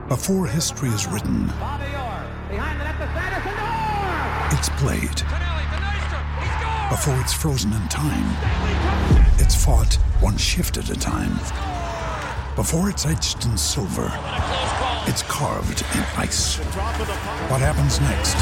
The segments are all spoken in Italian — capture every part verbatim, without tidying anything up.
Before history is written, it's played. Before it's frozen in time, it's fought one shift at a time. Before it's etched in silver, it's carved in ice. What happens next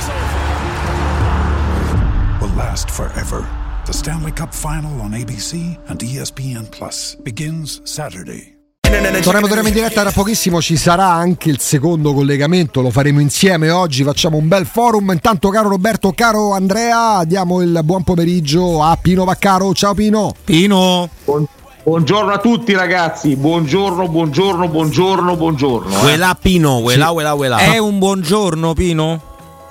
will last forever. The Stanley Cup Final on A B C and E S P N Plus begins Saturday. Torniamo, torniamo in diretta tra pochissimo, ci sarà anche il secondo collegamento, lo faremo insieme oggi, facciamo un bel forum. Intanto, caro Roberto, caro Andrea, diamo il buon pomeriggio a Pino Vaccaro. Ciao Pino. Pino. Buon, buongiorno a tutti ragazzi, buongiorno, buongiorno, buongiorno, buongiorno. Eh. Uela Pino, uela, uela, uela. È un buongiorno Pino?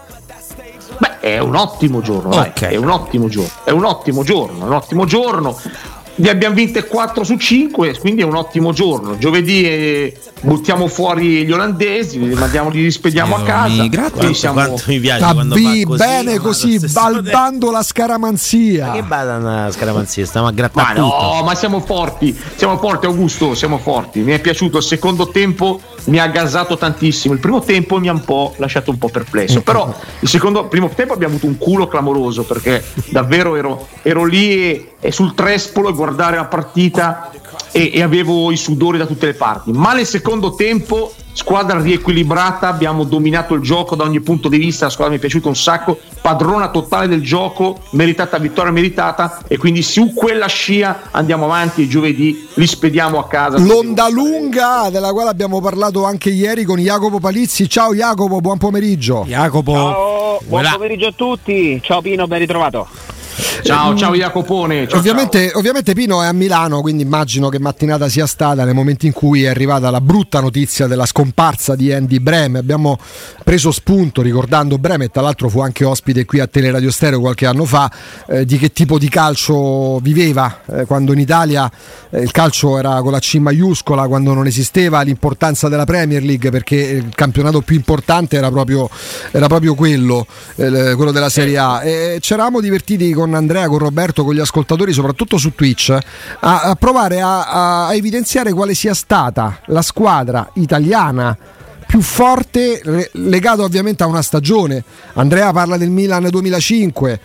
Beh, è un ottimo giorno, okay. dai, è un ottimo giorno, è un ottimo giorno, un ottimo giorno. Ne abbiamo vinte quattro su cinque, quindi è un ottimo giorno. Giovedì eh, buttiamo fuori gli olandesi, li mandiamo, li rispediamo Io a casa. Grazie, siamo... quanto mi piace ah, quando vi, fa così, bene così, baldando la scaramanzia. Ma che balla la scaramanzia? Stiamo a Ma grattare no, tutto. ma siamo forti, siamo forti Augusto, siamo forti. Mi è piaciuto il secondo tempo, mi ha gasato tantissimo. Il primo tempo mi ha un po' lasciato un po' perplesso, però il secondo primo tempo abbiamo avuto un culo clamoroso, perché davvero ero, ero lì e, e sul trespolo a guardare la partita e, e avevo i sudori da tutte le parti. Ma nel secondo tempo, squadra riequilibrata, abbiamo dominato il gioco da ogni punto di vista, la squadra mi è piaciuta un sacco, padrona totale del gioco, meritata vittoria meritata, e quindi su quella scia andiamo avanti e giovedì li spediamo a casa. L'onda lunga della quale abbiamo parlato anche ieri con Jacopo Palizzi. Ciao Jacopo, buon pomeriggio. Jacopo. Ciao, buon pomeriggio a tutti. Ciao Pino, ben ritrovato. Ciao, ciao Jacopone. Ciao, ovviamente, ciao. ovviamente Pino è a Milano, quindi immagino che mattinata sia stata nel momento in cui è arrivata la brutta notizia della scomparsa di Andy Brehme. Abbiamo preso spunto ricordando Brehme, tra l'altro fu anche ospite qui a Teleradio Stereo qualche anno fa, eh, di che tipo di calcio viveva eh, quando in Italia eh, il calcio era con la C maiuscola, quando non esisteva l'importanza della Premier League, perché il campionato più importante era proprio, era proprio quello, eh, quello della Serie A. E ci eravamo divertiti con Andrea, con Roberto, con gli ascoltatori, soprattutto su Twitch, a, a provare a, a evidenziare quale sia stata la squadra italiana più forte, re, legato ovviamente a una stagione. Andrea parla del Milan duemilacinque,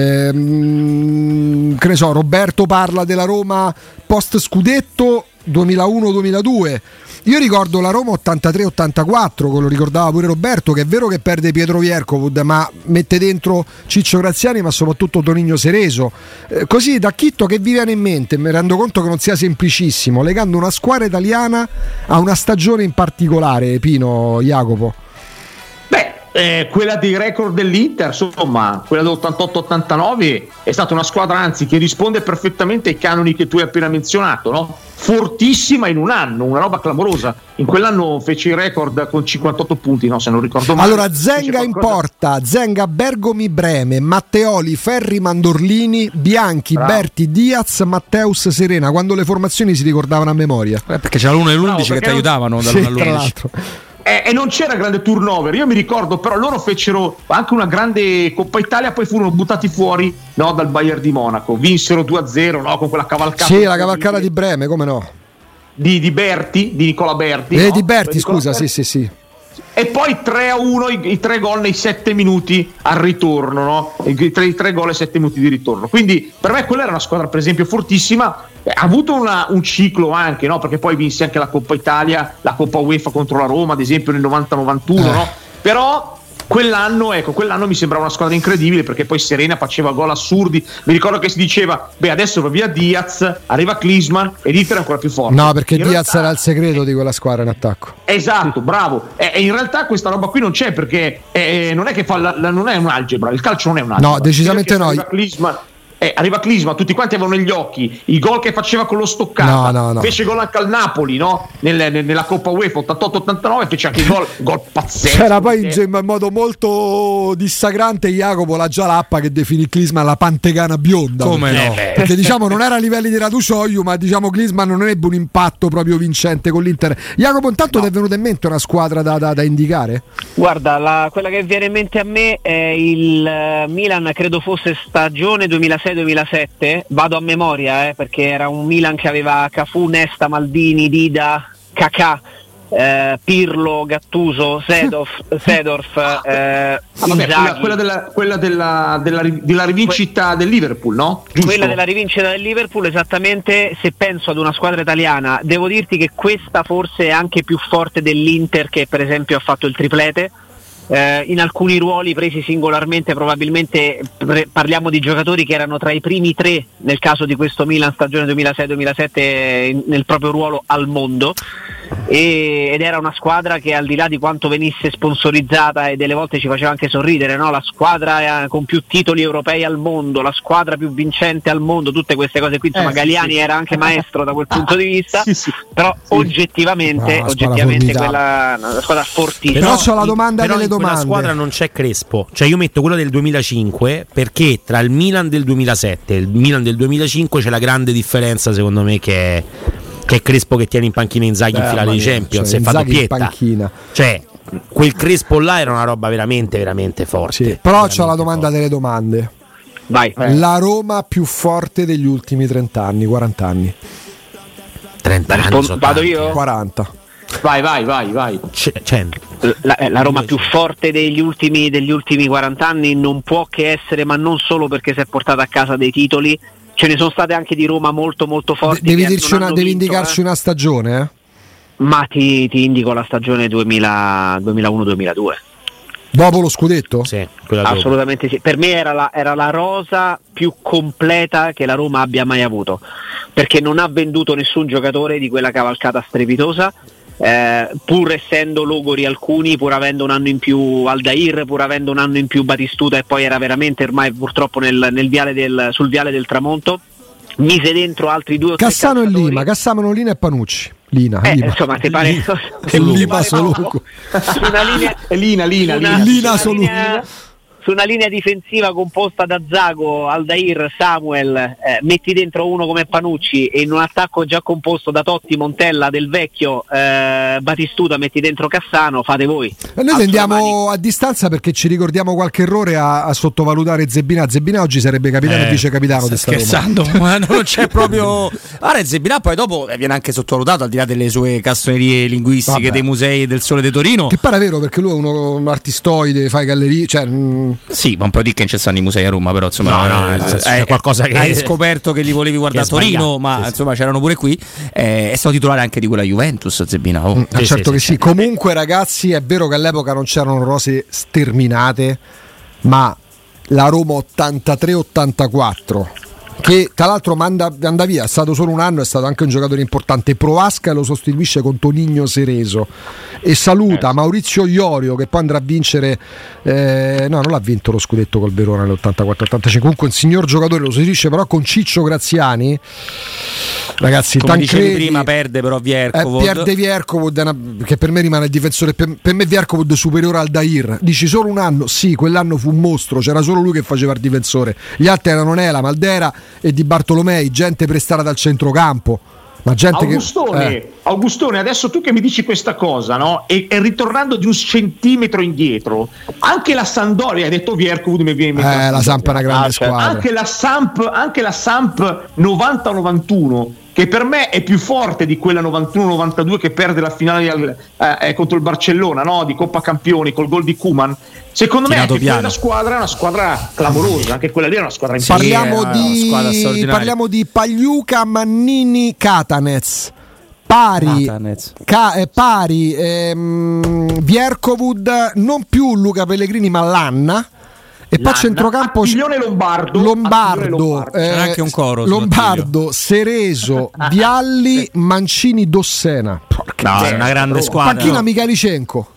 ehm, che ne so, Roberto parla della Roma post scudetto duemilauno duemiladue. Io ricordo la Roma ottantatré ottantaquattro, che lo ricordava pure Roberto, che è vero che perde Pietro Viercovud, ma mette dentro Ciccio Graziani, ma soprattutto Tonigno Cereso. Eh, così da Chitto che vi viene in mente? Mi rendo conto che non sia semplicissimo, legando una squadra italiana a una stagione in particolare, Pino, Jacopo. Beh, eh, quella dei record dell'Inter, insomma, quella dell'ottantotto ottantanove è stata una squadra, anzi, che risponde perfettamente ai canoni che tu hai appena menzionato, no? Fortissima in un anno, una roba clamorosa. In quell'anno fece il record con cinquantotto punti, no, se non ricordo male. Allora Zenga in porta, Zenga, Bergomi, Brehme, Matteoli, Ferri, Mandorlini, Bianchi, Bravo. Berti, Diaz, Matteus, Serena, quando le formazioni si ricordavano a memoria. Eh, perché c'era l'uno e l'undici che ti aiutavano dall'uno sì, all'undici. E, e non c'era grande turnover, io mi ricordo, però loro fecero anche una grande Coppa Italia, poi furono buttati fuori, no, dal Bayern di Monaco, vinsero due a zero, no, con quella cavalcata. Sì, la cavalcata di, di Brehme, come no? Di, di Berti, di Nicola Berti. Eh, no? di Berti, Nicola scusa, Berti. sì, sì, sì. E poi tre a uno i, i tre gol nei sette minuti al ritorno, no? I tre, i tre gol e sette minuti di ritorno. Quindi per me quella era una squadra, per esempio, fortissima. Ha avuto una, un ciclo anche, no? Perché poi vinse anche la Coppa Italia, la Coppa UEFA contro la Roma, ad esempio nel novanta novantuno, eh. no? Però quell'anno, ecco, quell'anno mi sembrava una squadra incredibile, perché poi Serena faceva gol assurdi. Mi ricordo che si diceva, beh, adesso va via Diaz, arriva Klinsmann e l'Inter è ancora più forte. No, perché in Diaz realtà, era il segreto di quella squadra in attacco. Esatto, bravo. E, e in realtà questa roba qui non c'è, perché eh, non è che fa la, la, non è un'algebra, il calcio non è un'algebra. No, decisamente no. Arriva Klinsmann, eh, arriva Klinsmann, tutti quanti avevano negli occhi i gol che faceva con lo Stoccata, no, no, no. fece gol anche al Napoli, no? Nel, nel, nella Coppa UEFA ottantotto ottantanove fece anche i gol, gol pazzesco. C'era poi in, in modo molto dissacrante Jacopo la Gialappa che definì Klinsmann la pantegana bionda. Come perché, no? Perché diciamo non era a livelli di Raducioiu, ma diciamo Klinsmann non ebbe un impatto proprio vincente con l'Inter. Jacopo, intanto no. ti è venuta in mente una squadra da, da, da indicare? Guarda, la, quella che viene in mente a me è il Milan, credo fosse stagione duemilasei duemilasette, vado a memoria eh, perché era un Milan che aveva Cafù, Nesta, Maldini, Dida, Kakà, eh, Pirlo, Gattuso, Seedorf, Seedorf eh, ah, vabbè, quella, quella, della, quella della, della, della rivincita que- del Liverpool, no? Giusto? Quella della rivincita del Liverpool, esattamente. Se penso ad una squadra italiana, devo dirti che questa forse è anche più forte dell'Inter, che per esempio ha fatto il triplete. Eh, in alcuni ruoli presi singolarmente probabilmente pre- parliamo di giocatori che erano tra i primi tre nel caso di questo Milan stagione duemilasei duemilasette nel proprio ruolo al mondo, e, ed era una squadra che al di là di quanto venisse sponsorizzata e delle volte ci faceva anche sorridere, no? La squadra eh, con più titoli europei al mondo, la squadra più vincente al mondo, tutte queste cose qui, insomma eh, Galliani sì, sì. era anche maestro da quel punto di vista, sì, sì. però sì. oggettivamente, no, oggettivamente quella una squadra fortissima. Però c'ho la domanda però delle domande. Nella squadra non c'è Crespo, cioè io metto quello del duemilacinque perché tra il Milan del duemilasette e il Milan del duemilacinque c'è la grande differenza secondo me che è, che è Crespo che tiene in panchina Inzaghi Beh, in finale di Champions, cioè, è fatto pietta, cioè quel Crespo là era una roba veramente veramente forte. Sì, però c'ho la domanda forte. delle domande. Vai. La Roma più forte degli ultimi trenta anni, quaranta anni. trenta anni sono vado io? quaranta. Vai, vai, vai, vai. cento. La, la Roma più forte degli ultimi degli ultimi quaranta anni non può che essere, ma non solo perché si è portata a casa dei titoli, ce ne sono state anche di Roma molto molto forti. De- devi dirci una, devi vinto, indicarci eh? una stagione, eh? Ma ti, ti indico la stagione duemila, duemilauno duemiladue. Dopo lo scudetto? Sì, assolutamente sì. Per me era la, era la rosa più completa che la Roma abbia mai avuto, perché non ha venduto nessun giocatore di quella cavalcata strepitosa. Eh, pur essendo logori alcuni, pur avendo un anno in più Aldair, pur avendo un anno in più Batistuta, e poi era veramente ormai purtroppo nel, nel viale del, sul viale del tramonto, mise dentro altri due o tre Cassano e Lima, Cassano, Lina e Panucci. Lina, eh, Lima. insomma, ti pare Lima, se Lima Soluco. Su una linea Lina, Lina, una, Lina, Lina su una linea, su una linea difensiva composta da Zago, Aldair, Samuel, eh, metti dentro uno come Panucci, e in un attacco già composto da Totti, Montella, Del Vecchio, eh, Batistuta, metti dentro Cassano, fate voi. E noi tendiamo a distanza perché ci ricordiamo qualche errore a, a sottovalutare Zebina. Zebina oggi sarebbe capitano eh, e vice capitano di sta scherzando, ma non c'è proprio. Allora Zebina poi dopo viene anche sottovalutato al di là delle sue castronerie linguistiche. Vabbè. Dei musei del Sole di Torino. Che pare vero, perché lui è uno, un artistoide, fa gallerie, cioè mh... Sì, ma un po' di che non ci stanno i musei a Roma, però insomma no, no, eh, c'è qualcosa che hai scoperto che li volevi guardare a Torino, ma sì, insomma sì. c'erano pure qui. Eh, è stato titolare anche di quella Juventus, Zebina. Oh. Mm, sì, certo sì, che sì. sì. Comunque, ragazzi, è vero che all'epoca non c'erano rose sterminate, ma la Roma ottantatré ottantaquattro, che tra l'altro manda, manda via, è stato solo un anno, è stato anche un giocatore importante. Proasca lo sostituisce con Tonigno Cereso e saluta eh. Maurizio Iorio, che poi andrà a vincere eh, no, non l'ha vinto lo scudetto col Verona nell'ottantaquattro ottantacinque, comunque un signor giocatore, lo sostituisce però con Ciccio Graziani. Ragazzi, come dicevi prima, perde però Vierkovod, eh, perde Vierkovod, che per me rimane il difensore, per, per me Vierkovod è superiore al Dair. Dici solo un anno? Sì, quell'anno fu un mostro, c'era solo lui che faceva il difensore, gli altri erano Nela, Maldera e Di Bartolomei, gente prestata dal centrocampo. Ma gente Augustone, che, eh. Augustone, adesso tu che mi dici questa cosa, no? E, e ritornando di un centimetro indietro, anche la Sampdoria, hai detto Vierkovud, mi viene in mente eh, la Samp è una grande ah, squadra. Anche la Samp, anche la Samp novanta novantuno, che per me è più forte di quella novantuno novantadue che perde la finale al, eh, contro il Barcellona, no? Di Coppa Campioni col gol di Koeman. Secondo me anche quella squadra è una squadra clamorosa, anche quella lì è una squadra importante. Parliamo, di, parliamo di Pagliuca, Mannini, Catanez. Pari, ca, eh, pari ehm, Vierkovud, non più Luca Pellegrini ma Lanna. E poi centrocampo Lombardo, Lombardo, Lombardo. Eh, c'era anche un coro Lombardo, Sereso, Vialli, Mancini, Dossena. No, è una grande squadra. Panchina Michalicenko.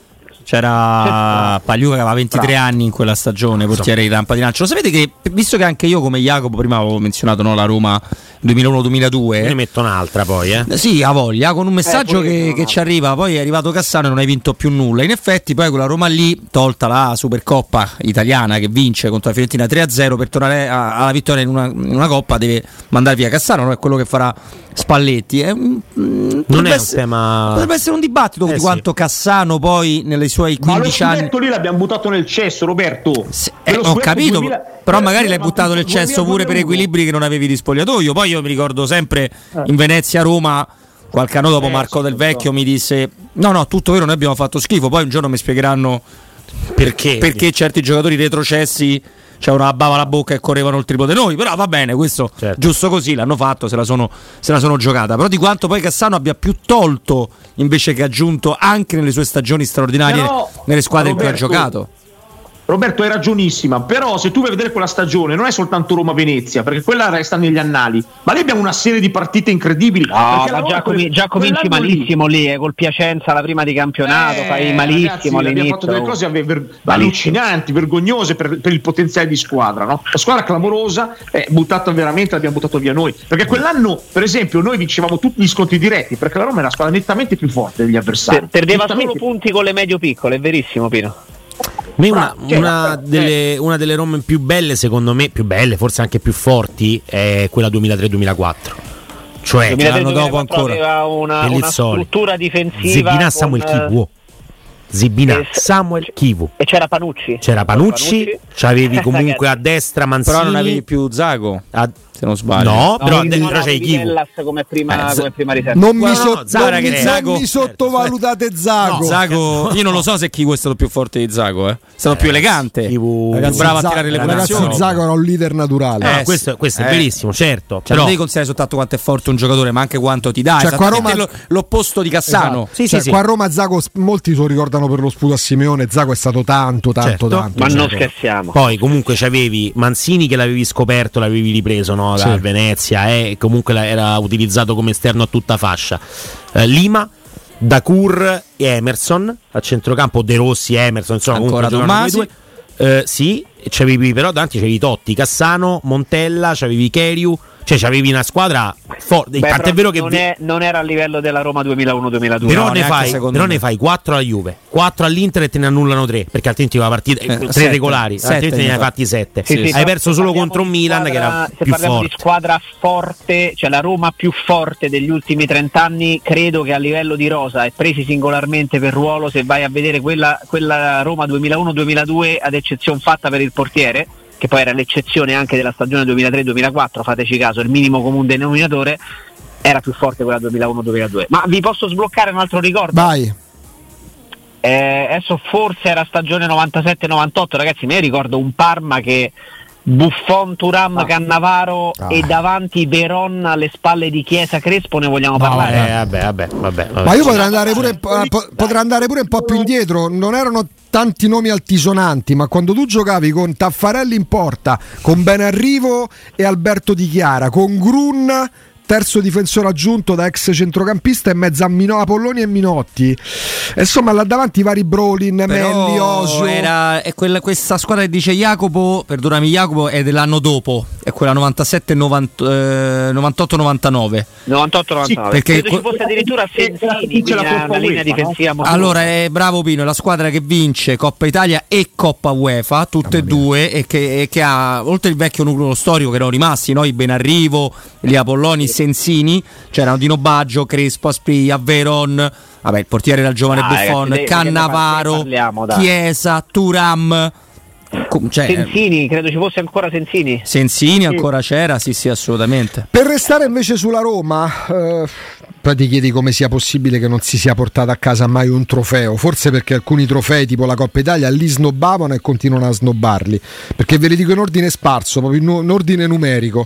C'era Pagliuca che aveva ventitré Bravo. anni in quella stagione, portiere di Lampadinaccio. Lo sapete che, visto che anche io come Jacopo prima avevo menzionato, no, la Roma duemilauno duemiladue, ne metto un'altra poi eh. Sì, ha voglia, con un messaggio eh, che, no. che ci arriva. Poi è arrivato Cassano e non hai vinto più nulla. In effetti poi quella Roma lì, tolta la Supercoppa italiana che vince contro la Fiorentina tre a zero, per tornare a, alla vittoria in una, in una Coppa deve mandare via Cassano, non è quello che farà Spalletti. È, mh, non è essere, un tema, potrebbe essere un dibattito eh, di quanto sì. Cassano poi nelle suoi quindici anni, lì l'abbiamo buttato nel cesso, Roberto. Se, eh, ho capito, duemila, però magari l'hai buttato nel cesso pure per equilibri che non avevi di spogliatoio. Poi io mi ricordo sempre in Venezia Roma, qualche anno dopo, eh, Marco Del Vecchio so. mi disse No, no, tutto vero, noi abbiamo fatto schifo. Poi un giorno mi spiegheranno perché, perché certi giocatori retrocessi c'erano la bava alla bocca e correvano il triplo di noi. Però va bene, questo certo. Giusto così, l'hanno fatto, se la, sono, se la sono giocata. Però di quanto poi Cassano abbia più tolto invece che aggiunto anche nelle sue stagioni straordinarie, Però, nelle squadre Roberto, in cui ha giocato. Roberto, hai ragionissima, però se tu vai a vedere quella stagione non è soltanto Roma-Venezia, perché quella resta negli annali, ma lì abbiamo una serie di partite incredibili. No, ma già, com- già cominci malissimo lì, eh, col Piacenza la prima di campionato, eh, fai malissimo ragazzi, all'inizio. Abbiamo fatto delle cose ver- allucinanti, vergognose per, per il potenziale di squadra, no? La squadra clamorosa è buttata veramente, l'abbiamo buttato via noi, perché quell'anno per esempio noi vincevamo tutti gli scontri diretti, perché la Roma è una squadra nettamente più forte degli avversari. Per- perdeva solo punti con le medio piccole, è verissimo Pino. Una, una, delle, una delle Rome più belle, secondo me, più belle, forse anche più forti, è quella duemilatré duemilaquattro. Cioè, l'anno dopo ancora aveva una, una struttura difensiva. Zibina Samuel Kivu. Zibina e, Samuel Kivu. E c'era Panucci. C'era Panucci, Panucci. C'avevi comunque a destra Manzini. Però non avevi più Zago. A, se non sbaglio. No, no però, no, de- no, però c'è Kivu. Come prima, eh, come prima riserva. Non mi, so- no, Zara non mi, Zago, non mi sottovalutate Zago. No, Zago. Io non lo so se Kivu è stato più forte di Zago, eh. È stato eh, più elegante. Kivu, ragazzi, bravo a tirare le ragazzi, punizioni. Zago era un leader naturale. No, eh, questo, sì. questo è eh. verissimo, certo. Cioè, però non devi considerare soltanto quanto è forte un giocatore, ma anche quanto ti dà. Cioè, qua a Roma... lo, l'opposto di Cassano. Esatto. Sì, cioè, sì, qua a Roma Zago, molti lo ricordano per lo sputo a Simeone. Zago è stato tanto, tanto, certo. tanto. Ma certo. non scherziamo. Poi comunque c'avevi Manzini che l'avevi scoperto, l'avevi ripreso, no, da sì. Venezia, e eh, comunque era utilizzato come esterno a tutta fascia. eh, Lima, Dacour e Emerson a centrocampo, De Rossi, Emerson, insomma, ancora Tommasi. Due. Eh, sì, c'avevi però davanti c'avevi Totti, Cassano, Montella, c'avevi Cheriu, cioè c'avevi una squadra forte. Beh, tant'è vero che non, è, non era a livello della Roma duemilauno duemiladue. Però, no, ne, fai, però ne fai quattro alla Juve, quattro all'Inter e te ne annullano tre, perché altrimenti va partita eh, tre sette, regolari, sette, altrimenti ne hai fatti sette. Sì, sì, sì, hai perso solo contro un Milan squadra, che era se più parliamo forte. Di squadra forte, cioè la Roma più forte degli ultimi trent'anni, credo che a livello di rosa e presi singolarmente per ruolo, se vai a vedere quella, quella Roma duemilauno duemiladue, ad eccezione fatta per il portiere, che poi era l'eccezione anche della stagione duemilatré duemilaquattro, fateci caso, il minimo comune denominatore, era più forte quella duemilauno duemiladue. Ma vi posso sbloccare un altro ricordo? Vai. Eh, adesso forse era stagione novantasette novantotto, ragazzi, me ricordo un Parma che Buffon, Thuram, ah. Cannavaro ah. e davanti Veron alle spalle di Chiesa, Crespo, ne vogliamo no, parlare? Eh, vabbè, vabbè, vabbè, vabbè. Ma io potrei andare pure, po- potrei andare pure un po' più indietro, non erano tanti nomi altisonanti, ma quando tu giocavi con Taffarelli in porta, con Benarrivo e Alberto Di Chiara, con Grun terzo difensore aggiunto da ex centrocampista e mezzo a Mino, Apolloni e Minotti, e insomma là davanti i vari Brolin, Melli, Osio. Era è quella, questa squadra che dice Jacopo, perdonami Jacopo, è dell'anno dopo, è quella novantasette novantotto novantanove novantotto novantanove sì, perché credo ci fosse addirittura Sensini, quindi una, una linea difensiva molto allora è bravo Pino, la squadra che vince Coppa Italia e Coppa UEFA tutte e due, e che, e che ha oltre il vecchio nucleo storico che erano rimasti, no? I Benarrivo, gli Apolloni, Sensini, c'erano Dino Baggio, Crespo, Asprilla, Veron, vabbè il portiere era il giovane ah, Buffon, ragazzi, Cannavaro, parliamo, Chiesa, Thuram, cioè, Sensini, credo ci fosse ancora Sensini. Sensini ancora c'era, sì sì assolutamente. Per restare invece sulla Roma, eh, poi ti chiedi come sia possibile che non si sia portato a casa mai un trofeo, forse perché alcuni trofei tipo la Coppa Italia li snobbavano e continuano a snobbarli, perché ve li dico in ordine sparso, proprio in ordine numerico.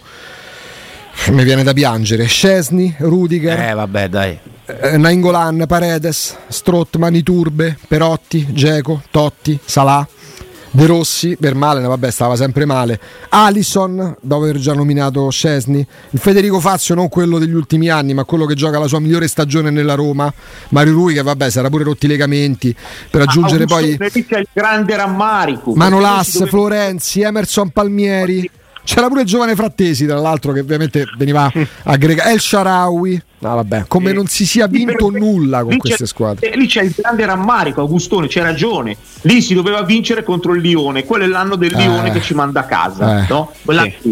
Mi viene da piangere. Szczesny, Rudiger, eh vabbè dai, eh, Nainggolan, Paredes, Strootman, Iturbe, Perotti, Dzeko, Totti, Salah, De Rossi, per male, vabbè stava sempre male, Alisson, dopo aver già nominato Szczesny, il Federico Fazio, non quello degli ultimi anni ma quello che gioca la sua migliore stagione nella Roma, Mario Rui che vabbè sarà pure rotti i legamenti, per aggiungere ah, poi il grande rammarico Manolas, doveva... Florenzi, Emerson Palmieri, c'era pure il giovane Frattesi tra l'altro che ovviamente veniva aggregato, El Shaarawy, no vabbè, come non si sia vinto nulla con queste squadre. Lì c'è il grande rammarico, Augustone, c'è ragione, lì si doveva vincere contro il Lione, quello è l'anno del Lione eh, che ci manda a casa, eh, no? Quella, sì.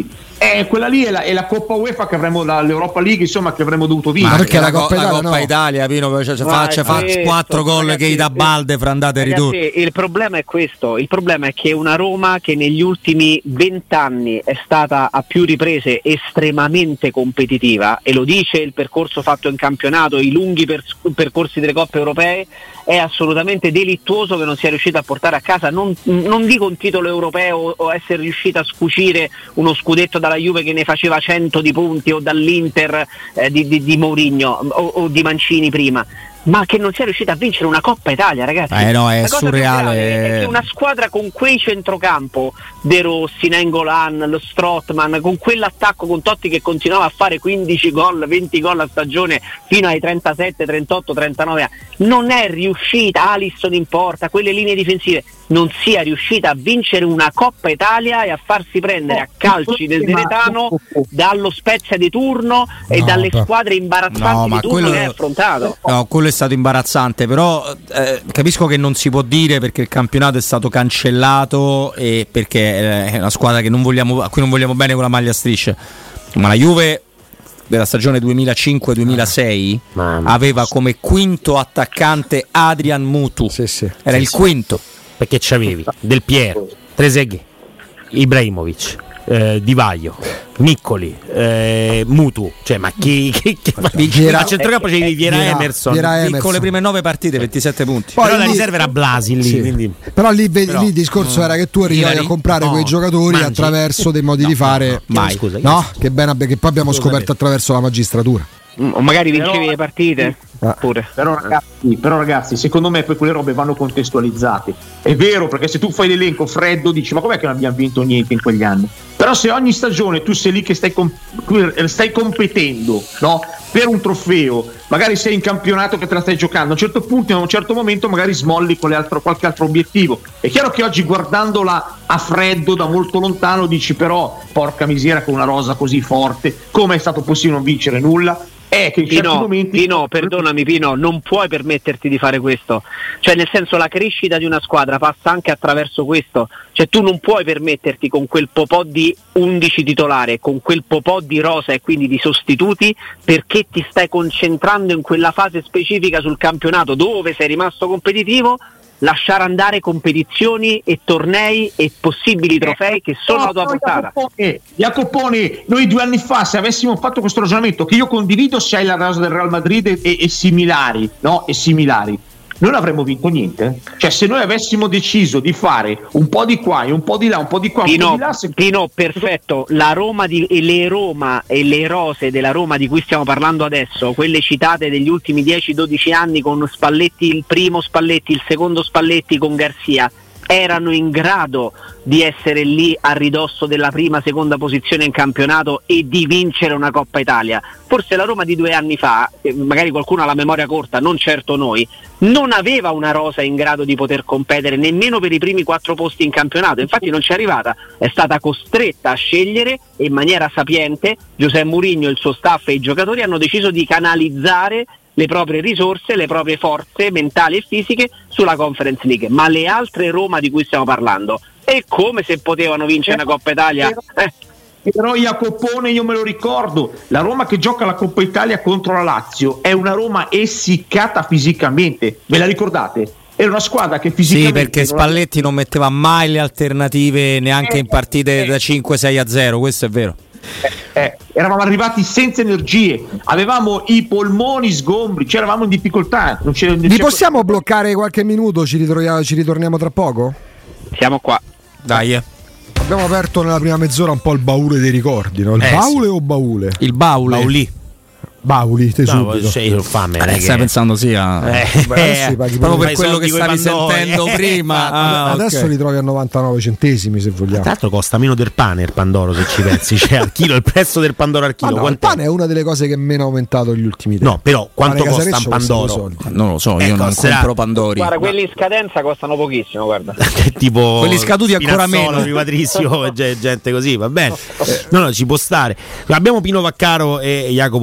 Eh, quella lì è la, è la Coppa UEFA che avremmo, la, l'Europa League, insomma, che avremmo dovuto vincere. Ma perché la, la Coppa Coppa Italia, Italia, no. Italia Pino, cioè, cioè, fa, cioè, fa questo, quattro gol ragazzi, che gli dà balde fra andata e ritorno. Ragazzi, il problema è questo, il problema è che una Roma che negli ultimi vent'anni è stata a più riprese estremamente competitiva, e lo dice il percorso fatto in campionato, i lunghi pers- percorsi delle coppe europee, è assolutamente delittuoso che non sia riuscita a portare a casa, non, non dico un titolo europeo o essere riuscita a scucire uno scudetto dalla Juve che ne faceva cento di punti, o dall'Inter eh, di, di, di Mourinho o, o di Mancini prima, ma che non sia riuscita a vincere una Coppa Italia, ragazzi. Eh no, è La cosa più surreale. grave è che una squadra con quei centrocampo, De Rossi, Nainggolan, lo Strootman, con quell'attacco con Totti che continuava a fare quindici gol, venti gol a stagione fino ai trentasette, trentotto, trentanove anni, non è riuscita, Alisson in porta, quelle linee difensive, non sia riuscita a vincere una Coppa Italia e a farsi prendere a calci del Diretano dallo Spezia di turno e No, dalle però- squadre imbarazzanti No, ma di turno quello- che hai affrontato. No, quello è stato imbarazzante, però eh, capisco che non si può dire perché il campionato è stato cancellato e perché è una squadra che non vogliamo, a cui non vogliamo bene con la maglia a strisce, ma la Juve della stagione duemilacinque duemilasei Mamma. aveva come quinto attaccante Adrian Mutu, Sì, sì. era il quinto. Perché c'avevi Del Piero, Trezeguet, Ibrahimovic, eh, Di Vaio, Niccoli, eh, Mutu, cioè ma chi, chi, chi Viera- a centrocampo c'avevi Viera Viera- Emerson. Viera Emerson. Con le prime nove partite ventisette punti. Poi Però la lì- riserva era Blasi lì, Sì. quindi Però lì, vedi, Però- lì il discorso era che tu arrivavi Ilari? a comprare No. quei giocatori Mangi? attraverso dei modi No, di fare. no, no. Mai. Scusa, io- No, che, bene, che poi abbiamo scoperto attraverso la magistratura. O magari vincevi Però- le partite Ah. pure. Però ragazzi, però ragazzi, secondo me poi quelle robe vanno contestualizzate. È vero, perché se tu fai l'elenco freddo dici ma com'è che non abbiamo vinto niente in quegli anni? Però se ogni stagione tu sei lì che stai, com- stai competendo, no? Per un trofeo, magari sei in campionato che te la stai giocando, a un certo punto, a un certo momento magari smolli con le altro, qualche altro obiettivo. È chiaro che oggi guardandola a freddo da molto lontano dici però porca misera, con una rosa così forte come è stato possibile non vincere nulla? È che in certi Pino, momenti Pino, perdonami Pino, non puoi permetterti di fare questo, cioè nel senso la crescita di una squadra passa anche attraverso questo, cioè tu non puoi permetterti con quel popò di undici titolare, con quel popò di rosa e quindi di sostituti, perché ti stai concentrando in quella fase specifica sul campionato dove sei rimasto competitivo, lasciare andare competizioni e tornei e possibili trofei che sono alla tua portata. Jacopone, Jacopone, noi due anni fa, se avessimo fatto questo ragionamento che io condivido, se hai la rosa del Real Madrid e, e similari, no? E similari, non avremmo vinto niente. Cioè, se noi avessimo deciso di fare un po' di qua e un po' di là, un po' di qua, un Pino, po' di là, se... Pino, perfetto. La Roma di, e le Roma e le rose della Roma di cui stiamo parlando adesso, quelle citate degli ultimi dieci dodici anni con Spalletti, il primo Spalletti, il secondo Spalletti con Garzia, erano in grado di essere lì a ridosso della prima, seconda posizione in campionato e di vincere una Coppa Italia. Forse la Roma di due anni fa, magari qualcuno ha la memoria corta, non certo noi, non aveva una rosa in grado di poter competere nemmeno per i primi quattro posti in campionato, infatti non ci è arrivata, è stata costretta a scegliere e in maniera sapiente Giuseppe Mourinho, il suo staff e i giocatori hanno deciso di canalizzare le proprie risorse, le proprie forze mentali e fisiche sulla Conference League, ma le altre Roma di cui stiamo parlando è come se potevano vincere una Coppa Italia. Eh. Però Jacopone, io me lo ricordo, la Roma che gioca la Coppa Italia contro la Lazio è una Roma essiccata fisicamente, ve la ricordate? Era una squadra che fisicamente... Sì, perché Spalletti non metteva mai le alternative neanche in partite da cinque sei a zero, questo è vero. Eh, eh, eravamo arrivati senza energie, avevamo i polmoni sgombri, cioè eravamo in difficoltà. Non c'era, non Vi c'era... possiamo bloccare qualche minuto? Ci, ritroviamo, ci ritorniamo tra poco? Siamo qua. Dai, eh. Abbiamo aperto nella prima mezz'ora un po' il baule dei ricordi, no? Il Eh, baule o baule? Il baule. Baulì. Bauli, te No, subito. cioè, io fame, non è Eh, che- stai pensando sia Eh, Beh, adesso li paghi proprio pure. per quello che Fai soldi stavi coi Pandori. sentendo Eh, prima. Ah, Adesso ok. li trovi a novantanove centesimi se vogliamo. Tra l'altro costa meno del pane il Pandoro, se ci pensi, cioè al chilo, il prezzo del Pandoro al Ma chilo. no, il quant'è? pane è una delle cose che meno è aumentato negli ultimi tempi. No, però quanto Pane costa un Casareccio costa dei Pandoro? soldi. Non lo so, io Eh, non costerà- compro Pandori. Guarda, quelli in scadenza costano pochissimo, guarda. Tipo Quelli scaduti ancora Spinazzola, meno. Rui Patrizio, e gente così, va bene. No, no, ci può stare. Abbiamo Pino Vaccaro e Jacopo Palizzi.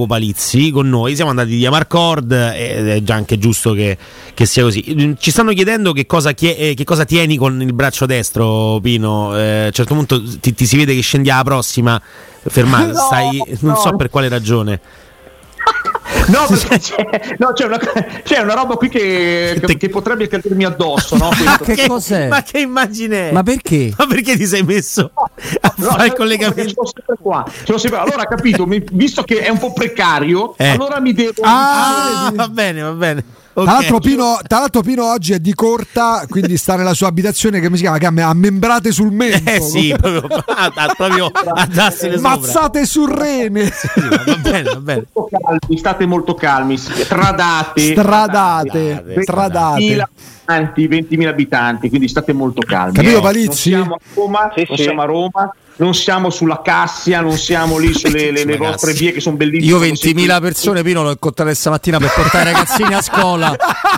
Palizzi con noi, siamo andati di Amarcord ed è già anche giusto che, che sia così. Ci stanno chiedendo che cosa, chie- che cosa tieni con il braccio destro, Pino. Eh, a un certo punto ti, ti si vede che scendi alla prossima, fermata, no, stai, non no. so per quale ragione. No, perché c'è, no, c'è, una, c'è una roba qui che, che, che potrebbe cadermi addosso, no? Ma che, che cos'è? Ma che immagine è? Ma perché? Ma perché ti sei messo a no, fare il no, collegamento? Ce l'ho sempre qua. Ce l'ho sempre. Allora, capito, mi, visto che è un po' precario, Eh. allora mi devo... Ah, va bene, va bene. Tra, Okay. l'altro Pino, tra l'altro Pino oggi è di corta, quindi sta nella sua abitazione che mi si chiama che ha membrate sul mento. Eh sì, proprio, a, proprio a darsene sopra. Mazzate sul rene. Sì, va bene, va bene. Molto calmi, state molto calmi, stradate, Stradate, stradate. abitanti, ventimila abitanti, quindi state molto calmi. Capito, eh. Palizzi? Non siamo a Roma, Sì, non sì. siamo a Roma, non siamo sulla Cassia, non siamo lì sulle le, le vostre vie che sono bellissime. Io ventimila persone, Pino, l'ho incontrato stamattina per portare i ragazzini a scuola.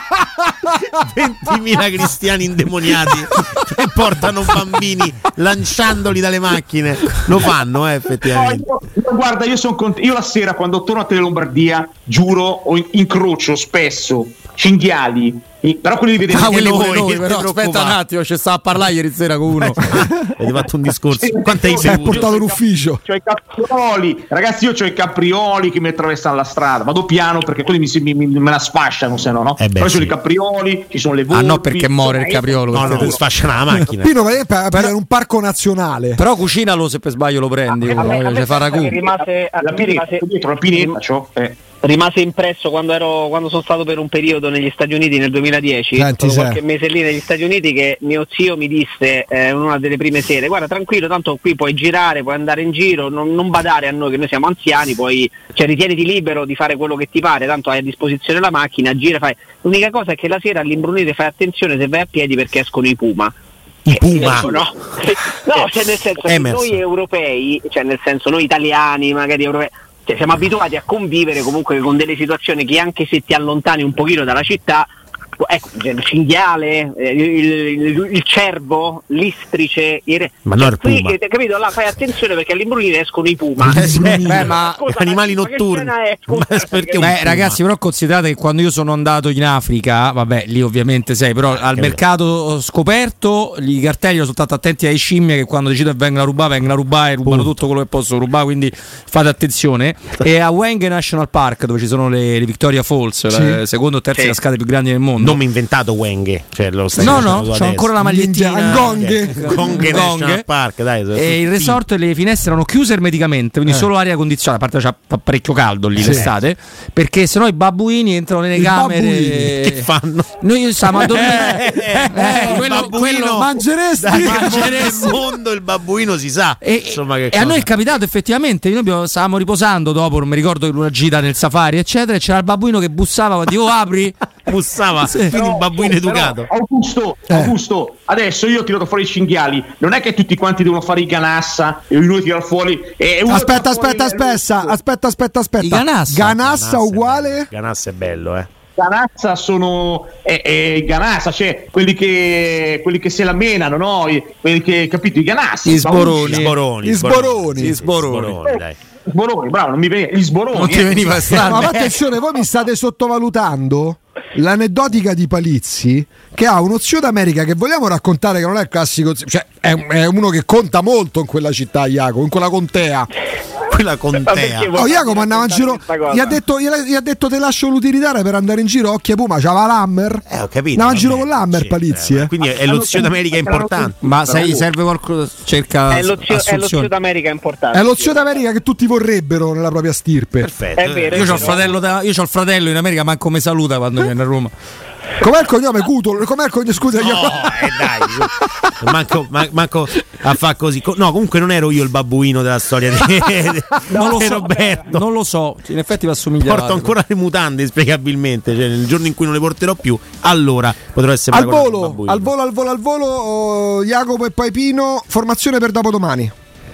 ventimila cristiani indemoniati che portano bambini lanciandoli dalle macchine. Lo fanno, eh, No, effettivamente. io, io, guarda, io sono cont- io la sera quando torno a Tele Lombardia, giuro, o in- incrocio spesso cinghiali, i- però quelli li vedete Ah, anche quelli noi, pure noi, che però ti aspetta un preoccupate. attimo, ci stava a parlare ieri sera con uno. Avete fatto un discorso. Sì, Quanto hai Si è bevuto? portato l'ufficio. C'ho i caprioli, ragazzi, io c'ho i caprioli che mi attraversano la strada. Vado piano perché quelli mi, si- mi- mi- me la sfasciano, se no, no? Eh beh, Però ci sono sì. i caprioli, ci sono le volpi. Ah no, perché muore il capriolo. No, perché no, te- sfasciano la macchina. Pino per per un parco nazionale. Però cucinalo se per sbaglio lo prendi. A me- a me Cioè, fa ragù. che rimase, a La me pineta, rimase, dietro la pineta, c'ho, eh. rimase impresso quando, ero, quando sono stato per un periodo negli Stati Uniti nel duemiladieci, Senti, stato se- qualche mese lì negli Stati Uniti, che mio zio mi disse eh, in una delle prime sere: guarda, tranquillo, tanto qui puoi girare, puoi andare in giro, non, non badare a noi che noi siamo anziani, poi cioè, ritieniti libero di fare quello che ti pare, tanto hai a disposizione la macchina, gira, fai. L'unica cosa è che la sera all'imbrunire fai attenzione se vai a piedi perché escono i puma. I Puma. No, no, cioè nel senso che Emerson. noi europei, cioè nel senso noi italiani, magari europei, cioè siamo abituati a convivere comunque con delle situazioni che anche se ti allontani un pochino dalla città, ecco, il cinghiale, eh, il, il, il cervo, l'istrice, il re. Ma no, il Qui, puma. eh, capito? Là fai attenzione perché all'imbrunire escono i puma. Eh, sì, Beh, ma Scusa, animali ma che notturni. scena è? Scusa, Ma perché un Beh, puma? ragazzi, però considerate che quando io sono andato in Africa, vabbè, lì ovviamente sei, però al mercato scoperto i cartelli sono stati attenti ai scimmie che quando decidono che vengono a rubare, vengono a rubare, rubano Punto. tutto quello che possono rubare, quindi fate attenzione. E a Wenge National Park, dove ci sono le, le Victoria Falls, Sì. le seconde o terze Sì. cascate più grandi del mondo. Non mi ho inventato Wenghe, cioè lo stai No, facendo no, tu c'ho adesso. ancora la magliettina. Ngonghe. Gonghe National Gonghe. Park, dai. E il resort e le finestre erano chiuse ermeticamente, quindi Eh. solo aria condizionata, a parte c'ha fa parecchio caldo lì Sì. l'estate, perché sennò i babbuini entrano nelle I camere. babbuini. Che fanno? Noi stiamo a dormire. Eh, il quello- babbuino. quello- Mangeresti? Dai, mangeresti. nel mondo il babbuino si sa. E, Insomma, che e a cosa. noi è capitato effettivamente, noi abbiamo- stavamo riposando dopo, non mi ricordo una gita nel safari, eccetera, e c'era il babbuino che bussava quando dico apri. bussava, Sì. quindi il Però- babbuino però, educato. Augusto, Eh. Augusto, adesso io ho tirato fuori i cinghiali, non è che tutti quanti devono fare i ganassa e uno tira fuori e uno Aspetta, tira fuori aspetta, il- aspetta, aspetta, aspetta, aspetta. I Ganassa. Ganassa Ganassa è uguale? bello. Ganassa è bello, eh. Ganassa sono eh, eh, Ganassa, cioè quelli che quelli che se la menano, no? I- quelli che capito i Ganassi, Gli sboroni. Gli sboroni. Gli sboroni. Sì, Gli sboroni. sboroni, dai. Sboroni, bravo, non mi viene gli sboroni. Non ti eh. veniva No, strano. ma attenzione, voi mi state sottovalutando l'aneddotica di Palizzi, che ha uno zio d'America che vogliamo raccontare, che non è il classico zio, cioè è, è uno che conta molto in quella città, Jacopo, in quella contea. Quella Ma contea. perché vuoi Oh, Jacopo farmi andava in giro, raccontare questa gli ha cosa? detto, gli ha- gli ha detto te lascio l'utilitaria per andare in giro, occhio Puma, c'ava l'Hammer. Eh, ho capito. Andava in giro vabbè. con l'Hammer, Sì, Palizzi, eh. Quindi è lo zio d'America importante. Ma sai, serve qualcosa? Cerca È lo, zio, è lo assunzioni. zio d'America importante. È lo zio d'America che tutti vorrebbero nella propria stirpe. Perfetto. È vero, Io è ho il vero. fratello, da- io c'ho il fratello in America, manco mi saluta quando viene a Roma. Com'è il cognome Cutolo? Com'è il cognome? Scusa, No, Jacopo. eh, dai, manco, man- manco a fa così. Co- No, comunque non ero io il babbuino della storia di, Non lo di so, Roberto. non lo so, in effetti va a somigliare. Porto ancora le mutande inspiegabilmente. Cioè, nel giorno in cui non le porterò più, allora potrò essere Al paragonato volo, babbuino. al volo, al volo, al volo, oh, Jacopo e poi Pino, formazione per dopodomani.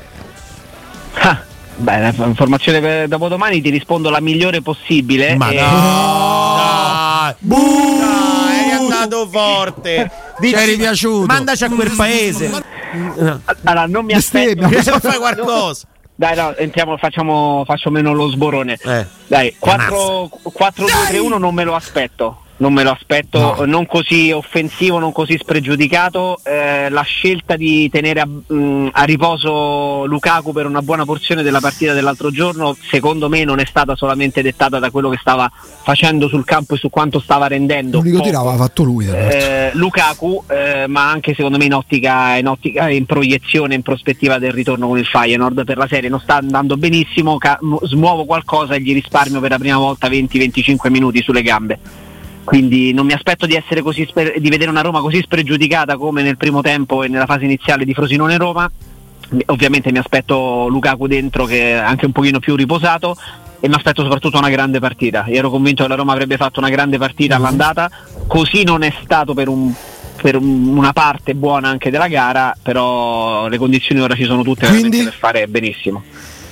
Ah, beh, la informazione per dopodomani ti rispondo la migliore possibile. Ma e- no, dai, dai, è andato forte. Dici, Ci eri piaciuto. Mandaci a quel paese. Allora, non mi aspetto. Bestemmia. Fai qualcosa. Dai, no, entriamo, facciamo, faccio meno lo sborone. Eh. Dai, quattro due tre uno non me lo aspetto. Non me lo aspetto, no. Non così offensivo, non così spregiudicato. Eh, la scelta di tenere a, mh, a riposo Lukaku per una buona porzione della partita dell'altro giorno, secondo me non è stata solamente dettata da quello che stava facendo sul campo e su quanto stava rendendo. L'unico tiro aveva fatto lui. Eh, Lukaku, eh, ma anche secondo me in ottica, in ottica, in proiezione, in prospettiva del ritorno con il Feyenoord per la serie. Non sta andando benissimo, ca- smuovo qualcosa e gli risparmio per la prima volta venti venticinque minuti sulle gambe. Quindi non mi aspetto di essere così spe- di vedere una Roma così spregiudicata come nel primo tempo e nella fase iniziale di Frosinone-Roma. Ovviamente mi aspetto Lukaku dentro, che è anche un pochino più riposato, e mi aspetto soprattutto una grande partita. Io ero convinto che la Roma avrebbe fatto una grande partita all'andata, così non è stato per un per una parte buona anche della gara, però le condizioni ora ci sono tutte veramente per fare benissimo.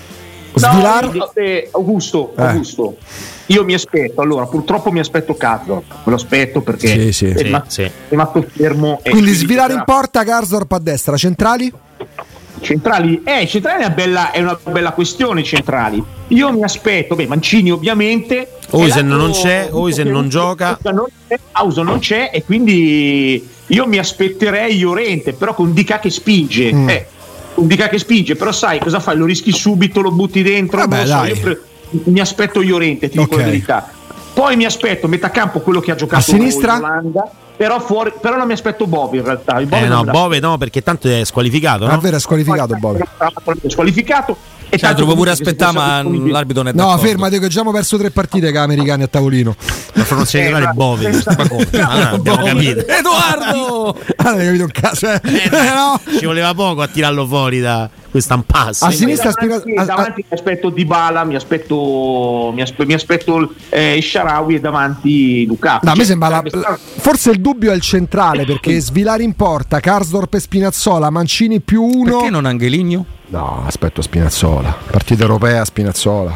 No, eh, Augusto, eh. Augusto, io mi aspetto, allora purtroppo mi aspetto Karsdorp, me lo aspetto perché sì, sì, è, sì, rimasto, sì. è rimasto fermo. Quindi svilare in porta, Karsdorp a destra, centrali? Centrali, eh, centrali è una bella, è una bella questione, centrali. Io mi aspetto, beh, Mancini ovviamente. Oisen non c'è, Oisen non gioca. Ausen non c'è e quindi io mi aspetterei Llorente, però con Dica che spinge. Mm. Eh. Un Dica che spinge, però sai cosa fai? Lo rischi subito, lo butti dentro. Vabbè, so, io pre- mi aspetto Llorente, ti okay. dico la verità. Poi mi aspetto metà campo quello che ha giocato a sinistra, in Olanda, però fuori, però non mi aspetto Bove in realtà. Il Bove eh no, Bove no, perché tanto è squalificato. No? È vero, è squalificato Bove. È squalificato. E cioè, trovo pure aspettare, ma l'arbitro non è d'accordo. No, fermati che abbiamo perso tre partite con gli americani a tavolino. La formazione eh, titolare Bove. Ma come? Ah, abbiamo capito. Edoardo! Avete capito un caso, eh? Eh, dai, no. Ci voleva poco a tirarlo fuori da questa impasse. A sinistra davanti, a, davanti mi aspetto Dybala, mi aspetto mi aspetto, mi aspetto eh, Shaarawy e davanti Lukaku. No, a me sembra la, la, forse il dubbio è il centrale, perché svilare in porta Karsdorp e Spinazzola, Mancini più uno. Perché non Angeligno? No, aspetto Spinazzola. Partita europea Spinazzola.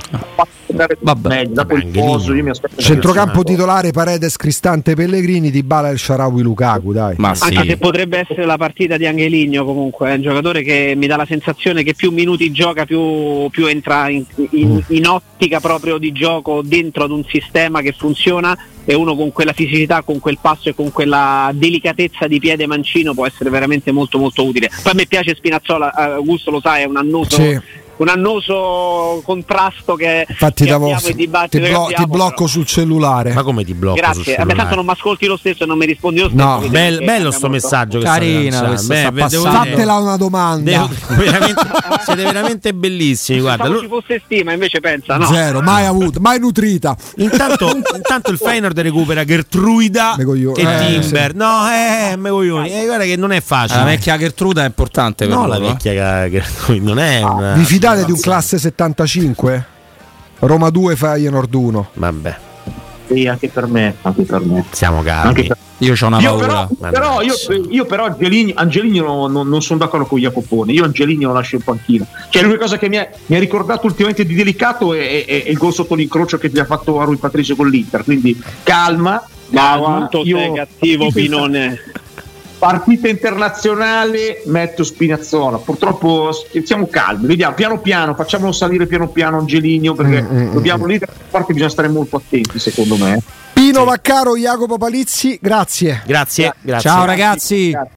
Vabbè, dopo il poso, io mi aspetto centrocampo titolare Paredes, Cristante, Pellegrini, Dybala e Shaarawy, Lukaku, dai. Ma sì. Anche se potrebbe essere la partita di Angeligno, comunque è un giocatore che mi dà la sensazione che più minuti gioca più, più entra in, in, mm. in ottica proprio di gioco dentro ad un sistema che funziona, e uno con quella fisicità, con quel passo e con quella delicatezza di piede mancino può essere veramente molto molto utile. Poi a me piace Spinazzola, Augusto lo sai, è un annoso sì. un annoso contrasto che, infatti che abbiamo e ti, blo- abbiamo, ti blocco però. Sul cellulare. Ma come ti blocco? Grazie, a me tanto non mi ascolti lo stesso e non mi rispondi lo stesso. No, Bel, bello sto messaggio che carina, Beh, beh, fatela una domanda. Devo, veramente, siete veramente bellissimi, guarda. Lo... ci fosse stima, invece pensa no. Zero, mai avuto, mai nutrita. Intanto, intanto il Feyenoord recupera Gertruida e eh, Timber. Sì. No, eh, Megoglioni. Eh, guarda che non è facile. La vecchia Gertruda è importante per no, loro. La vecchia Gertruida non è una... Vi fidate di un classe settantacinque? Roma due, Feyenoord uno. Vabbè. Sì, anche per me, anche per me. Siamo calmi. Per... Io c'ho una io paura. Però, però io, io però Angeligno, Angeligno non, non, non sono d'accordo con Jacopone. Io Angeligno lo lascio in panchina. Cioè l'unica cosa che mi ha, mi ha ricordato ultimamente di delicato è, è, è il gol sotto l'incrocio che gli ha fatto a Rui Patricio con l'Inter. Quindi calma. Ma quanto sei cattivo, Pinone. Partita internazionale, metto Spinazzola. Purtroppo siamo calmi, vediamo piano piano, facciamolo salire piano piano Angeligno, perché mm, dobbiamo lì, a parte bisogna stare molto attenti, secondo me. Pino Vaccaro, Jacopo Palizzi, grazie. Grazie, grazie. Ciao ragazzi. Grazie.